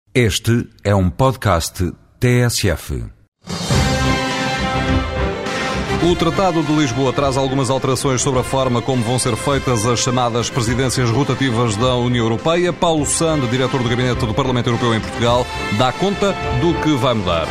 Este é um podcast TSF. O Tratado de Lisboa traz algumas alterações sobre a forma como vão ser feitas as chamadas presidências rotativas da União Europeia. Paulo Sande, diretor do Gabinete do Parlamento Europeu em Portugal, dá conta do que vai mudar.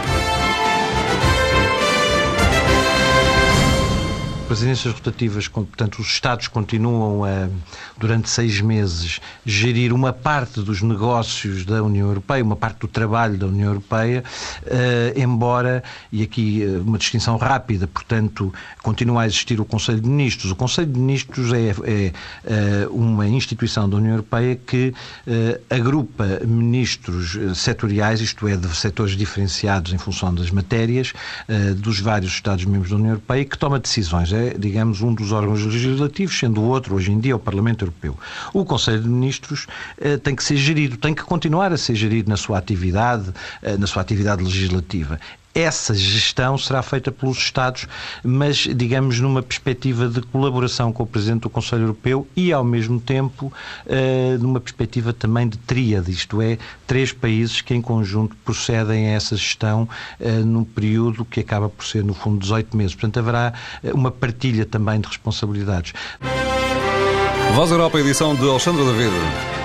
Presidências rotativas, portanto, os Estados continuam a, durante 6 meses, gerir uma parte dos negócios da União Europeia, uma parte do trabalho da União Europeia, embora, e aqui uma distinção rápida, portanto, continua a existir o Conselho de Ministros. O Conselho de Ministros é uma instituição da União Europeia que agrupa ministros setoriais, isto é, de setores diferenciados em função das matérias, dos vários Estados-membros da União Europeia, que toma decisões. É, digamos, um dos órgãos legislativos, sendo o outro, hoje em dia, o Parlamento Europeu. O Conselho de Ministros tem que ser gerido, tem que continuar a ser gerido na sua atividade legislativa. Essa gestão será feita pelos Estados, mas, digamos, numa perspectiva de colaboração com o Presidente do Conselho Europeu e, ao mesmo tempo, numa perspectiva também de tríade, isto é, 3 países que, em conjunto, procedem a essa gestão num período que acaba por ser, no fundo, 18 meses. Portanto, haverá uma partilha também de responsabilidades. Voz Europa, edição de Alexandre David.